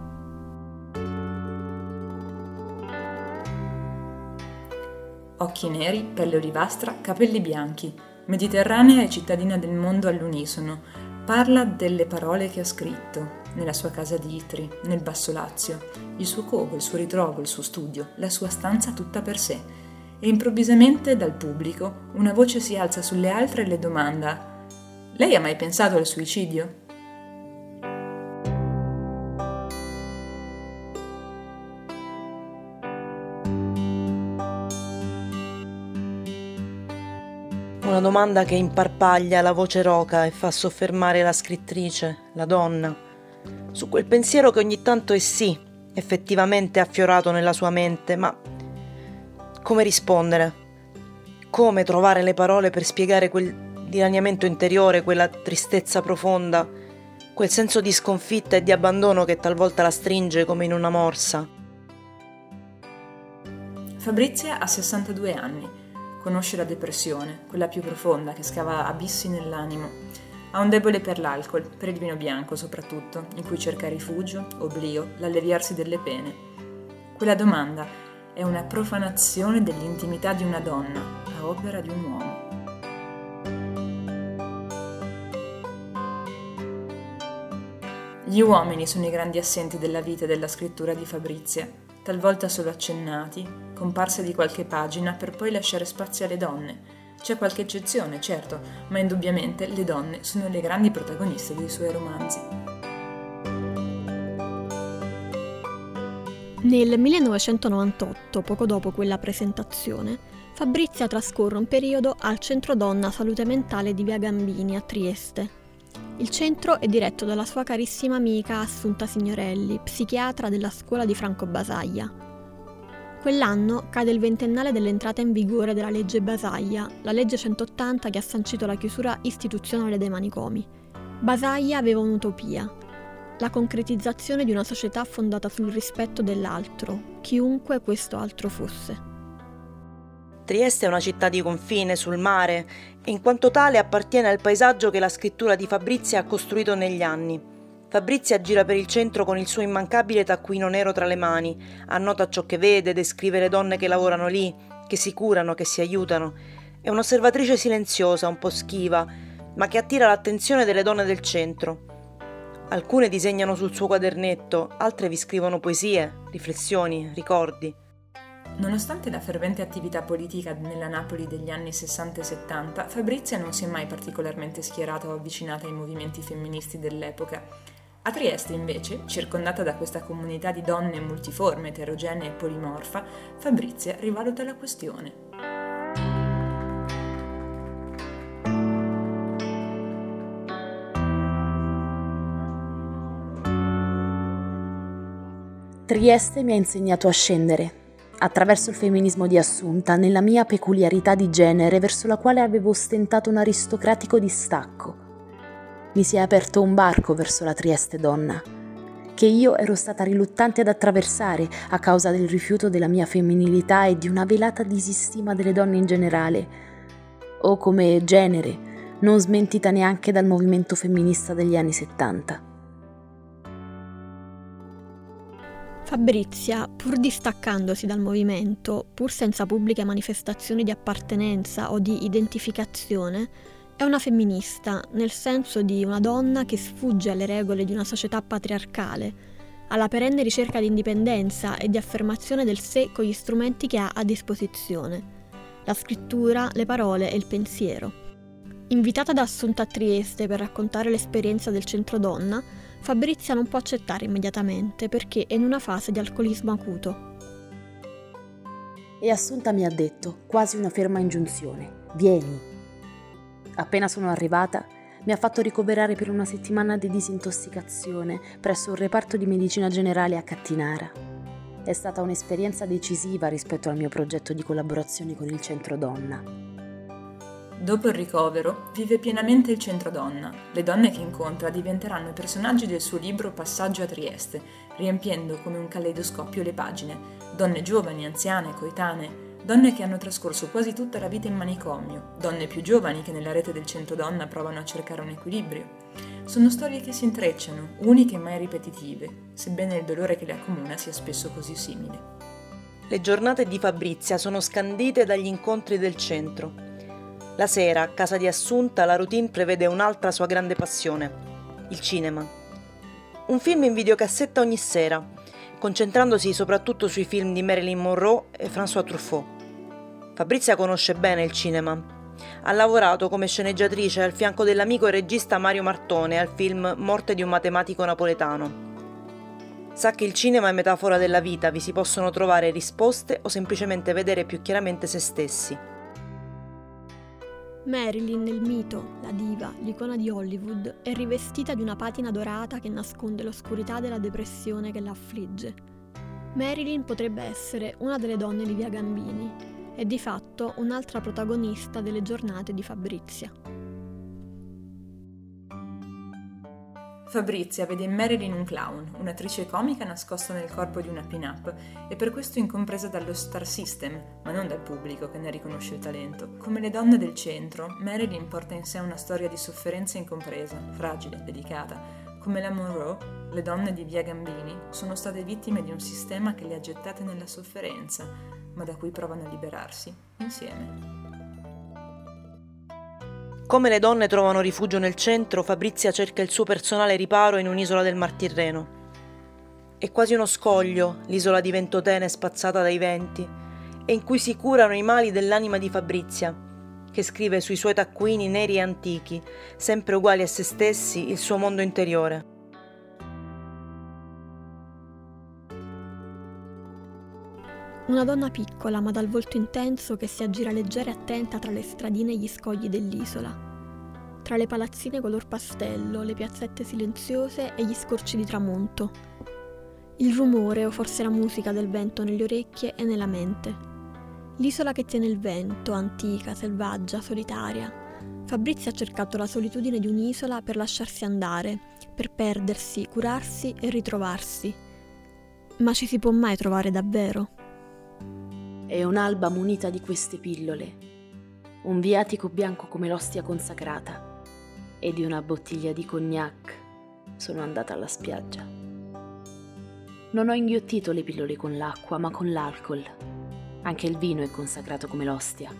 Occhi neri, pelle olivastra, capelli bianchi, mediterranea e cittadina del mondo all'unisono, parla delle parole che ha scritto, nella sua casa di Itri, nel Basso Lazio, il suo covo, il suo ritrovo, il suo studio, la sua stanza tutta per sé. E improvvisamente dal pubblico una voce si alza sulle altre e le domanda: «Lei ha mai pensato al suicidio?» Una domanda che imparpaglia la voce roca e fa soffermare la scrittrice, la donna, su quel pensiero che ogni tanto è sì, effettivamente affiorato nella sua mente, ma come rispondere? Come trovare le parole per spiegare quel dilaniamento interiore, quella tristezza profonda, quel senso di sconfitta e di abbandono che talvolta la stringe come in una morsa? Fabrizia ha sessantadue anni. Conosce la depressione, quella più profonda che scava abissi nell'animo. Ha un debole per l'alcol, per il vino bianco soprattutto, in cui cerca rifugio, oblio, l'alleviarsi delle pene. Quella domanda è una profanazione dell'intimità di una donna a opera di un uomo. Gli uomini sono i grandi assenti della vita e della scrittura di Fabrizia. talvolta solo accennati, comparse di qualche pagina per poi lasciare spazio alle donne. C'è qualche eccezione, certo, ma indubbiamente le donne sono le grandi protagoniste dei suoi romanzi. Nel millenovecentonovantotto, poco dopo quella presentazione, Fabrizia trascorre un periodo al Centro Donna Salute Mentale di Via Gambini a Trieste. Il centro è diretto dalla sua carissima amica Assunta Signorelli, psichiatra della scuola di Franco Basaglia. Quell'anno cade il ventennale dell'entrata in vigore della legge Basaglia, la legge centottanta che ha sancito la chiusura istituzionale dei manicomi. Basaglia aveva un'utopia, la concretizzazione di una società fondata sul rispetto dell'altro, chiunque questo altro fosse. Trieste è una città di confine sul mare e in quanto tale appartiene al paesaggio che la scrittura di Fabrizia ha costruito negli anni. Fabrizia gira per il centro con il suo immancabile taccuino nero tra le mani, annota ciò che vede, descrive le donne che lavorano lì, che si curano, che si aiutano. È un'osservatrice silenziosa, un po' schiva, ma che attira l'attenzione delle donne del centro. Alcune disegnano sul suo quadernetto, altre vi scrivono poesie, riflessioni, ricordi. Nonostante la fervente attività politica nella Napoli degli anni sessanta e settanta, Fabrizia non si è mai particolarmente schierata o avvicinata ai movimenti femministi dell'epoca. A Trieste, invece, circondata da questa comunità di donne multiforme, eterogenee e polimorfa, Fabrizia rivaluta la questione. Trieste mi ha insegnato a scendere, attraverso il femminismo di Assunta, nella mia peculiarità di genere verso la quale avevo ostentato un aristocratico distacco. Mi si è aperto un varco verso la Trieste donna, che io ero stata riluttante ad attraversare a causa del rifiuto della mia femminilità e di una velata disistima delle donne in generale, o come genere, non smentita neanche dal movimento femminista degli anni settanta. Fabrizia, pur distaccandosi dal movimento, pur senza pubbliche manifestazioni di appartenenza o di identificazione, è una femminista, nel senso di una donna che sfugge alle regole di una società patriarcale, alla perenne ricerca di indipendenza e di affermazione del sé con gli strumenti che ha a disposizione: la scrittura, le parole e il pensiero. Invitata da Assunta a Trieste per raccontare l'esperienza del centro donna, Fabrizia non può accettare immediatamente perché è in una fase di alcolismo acuto. E Assunta mi ha detto, quasi una ferma ingiunzione: vieni. Appena sono arrivata, mi ha fatto ricoverare per una settimana di disintossicazione presso un reparto di medicina generale a Cattinara. È stata un'esperienza decisiva rispetto al mio progetto di collaborazione con il Centro Donna. Dopo il ricovero, vive pienamente il Centro Donna. Le donne che incontra diventeranno i personaggi del suo libro Passaggio a Trieste, riempiendo come un caleidoscopio le pagine. Donne giovani, anziane, coetanee, donne che hanno trascorso quasi tutta la vita in manicomio, donne più giovani che nella rete del Centro Donna provano a cercare un equilibrio. Sono storie che si intrecciano, uniche e mai ripetitive, sebbene il dolore che le accomuna sia spesso così simile. Le giornate di Fabrizia sono scandite dagli incontri del centro. La sera, a casa di Assunta, la routine prevede un'altra sua grande passione, il cinema. Un film in videocassetta ogni sera, concentrandosi soprattutto sui film di Marilyn Monroe e François Truffaut. Fabrizia conosce bene il cinema. Ha lavorato come sceneggiatrice al fianco dell'amico e regista Mario Martone al film Morte di un matematico napoletano. Sa che il cinema è metafora della vita, vi si possono trovare risposte o semplicemente vedere più chiaramente se stessi. Marilyn, il mito, la diva, l'icona di Hollywood, è rivestita di una patina dorata che nasconde l'oscurità della depressione che la affligge. Marilyn potrebbe essere una delle donne di Via Gambini e di fatto un'altra protagonista delle giornate di Fabrizia. Fabrizia vede in Marilyn un clown, un'attrice comica nascosta nel corpo di una pin-up e per questo incompresa dallo star system, ma non dal pubblico che ne riconosce il talento. Come le donne del centro, Marilyn porta in sé una storia di sofferenza incompresa, fragile, delicata. Come la Monroe, le donne di Via Gambini sono state vittime di un sistema che le ha gettate nella sofferenza, ma da cui provano a liberarsi insieme. Come le donne trovano rifugio nel centro, Fabrizia cerca il suo personale riparo in un'isola del Mar Tirreno. È quasi uno scoglio l'isola di Ventotene spazzata dai venti e in cui si curano i mali dell'anima di Fabrizia, che scrive sui suoi taccuini neri e antichi, sempre uguali a se stessi, il suo mondo interiore. Una donna piccola ma dal volto intenso che si aggira leggera e attenta tra le stradine e gli scogli dell'isola, tra le palazzine color pastello, le piazzette silenziose e gli scorci di tramonto. Il rumore o forse la musica del vento nelle orecchie e nella mente. L'isola che tiene il vento, antica, selvaggia, solitaria. Fabrizia ha cercato la solitudine di un'isola per lasciarsi andare, per perdersi, curarsi e ritrovarsi. Ma ci si può mai trovare davvero? È un'alba munita di queste pillole, un viatico bianco come l'ostia consacrata e di una bottiglia di cognac sono andata alla spiaggia. Non ho inghiottito le pillole con l'acqua, ma con l'alcol. Anche il vino è consacrato come l'ostia.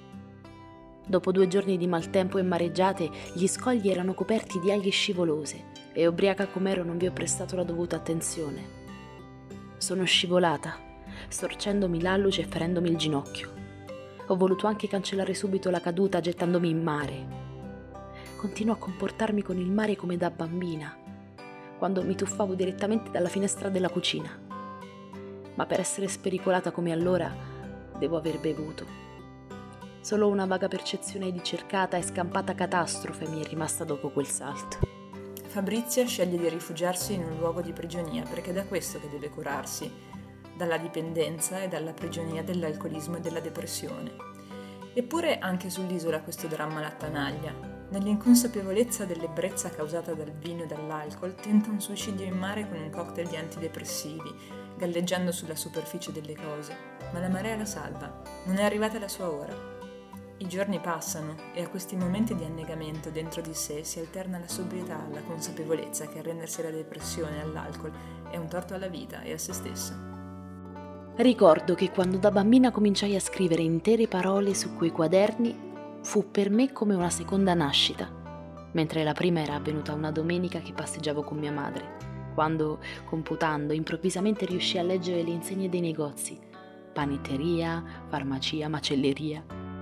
Dopo due giorni di maltempo e mareggiate, gli scogli erano coperti di alghe scivolose e ubriaca com'ero non vi ho prestato la dovuta attenzione. Sono scivolata, storcendomi l'alluce e ferendomi il ginocchio. Ho voluto anche cancellare subito la caduta gettandomi in mare. Continuo a comportarmi con il mare come da bambina, quando mi tuffavo direttamente dalla finestra della cucina. Ma per essere spericolata come allora, devo aver bevuto. Solo una vaga percezione di cercata e scampata catastrofe mi è rimasta dopo quel salto. Fabrizia sceglie di rifugiarsi in un luogo di prigionia perché è da questo che deve curarsi, dalla dipendenza e dalla prigionia dell'alcolismo e della depressione. Eppure anche sull'isola questo dramma l'attanaglia. Nell'inconsapevolezza dell'ebbrezza causata dal vino e dall'alcol tenta un suicidio in mare con un cocktail di antidepressivi, galleggiando sulla superficie delle cose, ma la marea la salva, non è arrivata la sua ora. I giorni passano e a questi momenti di annegamento dentro di sé si alterna la sobrietà alla consapevolezza che arrendersi alla depressione e all'alcol è un torto alla vita e a se stessa. Ricordo che quando da bambina cominciai a scrivere intere parole su quei quaderni fu per me come una seconda nascita, mentre la prima era avvenuta una domenica che passeggiavo con mia madre, quando, computando, improvvisamente riuscii a leggere le insegne dei negozi: panetteria, farmacia, macelleria.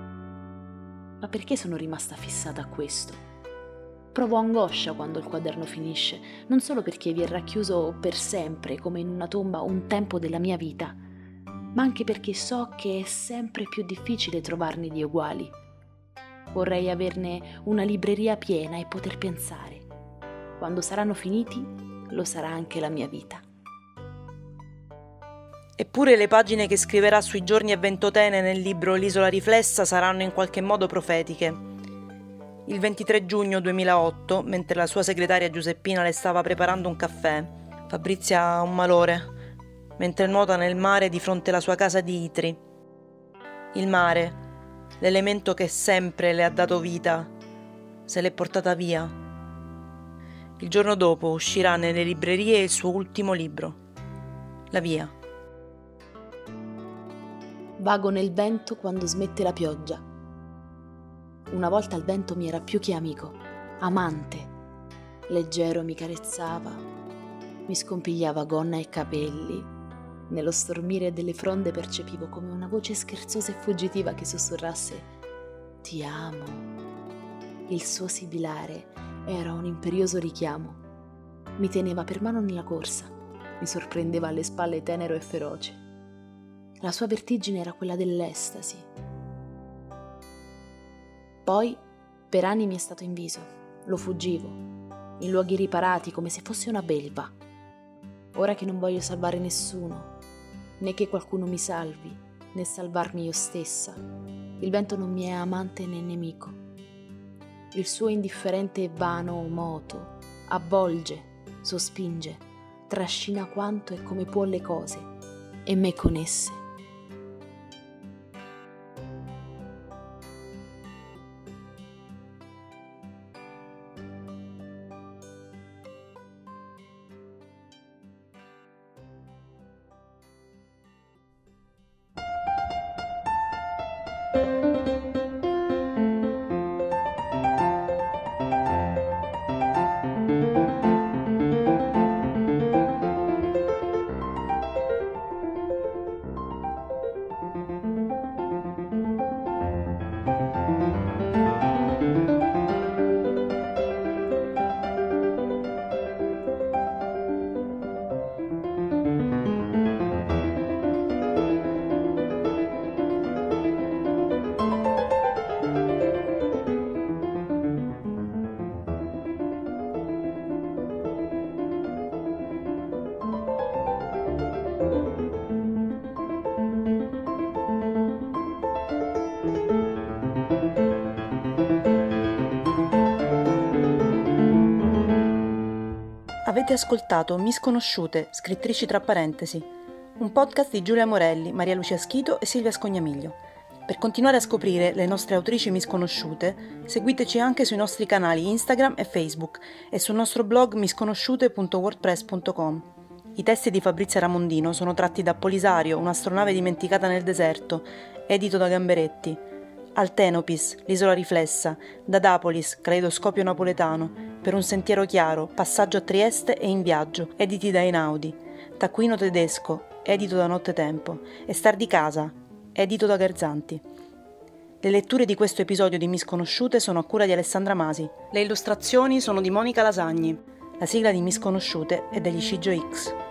Ma perché sono rimasta fissata a questo? Provo angoscia quando il quaderno finisce, non solo perché vi è racchiuso per sempre, come in una tomba, un tempo della mia vita, ma anche perché so che è sempre più difficile trovarne di uguali. Vorrei averne una libreria piena e poter pensare: quando saranno finiti, lo sarà anche la mia vita. Eppure le pagine che scriverà sui giorni a Ventotene nel libro L'isola riflessa saranno in qualche modo profetiche. Il ventitré giugno duemilaotto, mentre la sua segretaria Giuseppina le stava preparando un caffè, Fabrizia ha un malore, mentre nuota nel mare di fronte alla sua casa di Itri. Il mare, l'elemento che sempre le ha dato vita, se l'è portata via. Il giorno dopo uscirà nelle librerie il suo ultimo libro, La via. Vago nel vento quando smette la pioggia. Una volta il vento mi era più che amico, amante. Leggero mi carezzava, mi scompigliava gonna e capelli. Nello stormire delle fronde percepivo come una voce scherzosa e fuggitiva che sussurrasse: ti amo. Il suo sibilare era un imperioso richiamo. Mi teneva per mano nella corsa, mi sorprendeva alle spalle tenero e feroce. La sua vertigine era quella dell'estasi. Poi, per anni mi è stato inviso, lo fuggivo, in luoghi riparati come se fosse una belva. Ora che non voglio salvare nessuno, né che qualcuno mi salvi, né salvarmi io stessa, il vento non mi è amante né nemico. Il suo indifferente e vano moto avvolge, sospinge, trascina quanto e come può le cose, e me con esse. Avete ascoltato Misconosciute, scrittrici tra parentesi, un podcast di Giulia Morelli, Maria Lucia Schito e Silvia Scognamiglio. Per continuare a scoprire le nostre autrici misconosciute, seguiteci anche sui nostri canali Instagram e Facebook e sul nostro blog misconosciute punto wordpress punto com. I testi di Fabrizia Ramondino sono tratti da Polisario, un'astronave dimenticata nel deserto, edito da Gamberetti, Altenopis, l'isola riflessa, Dadapolis, caleidoscopio napoletano, Per un sentiero chiaro, passaggio a Trieste e In viaggio, editi da Einaudi, Taccuino tedesco, edito da Nottetempo, e Star di casa, edito da Garzanti. Le letture di questo episodio di Misconosciute sono a cura di Alessandra Masi. Le illustrazioni sono di Monica Lasagni. La sigla di Misconosciute è degli Scigio X.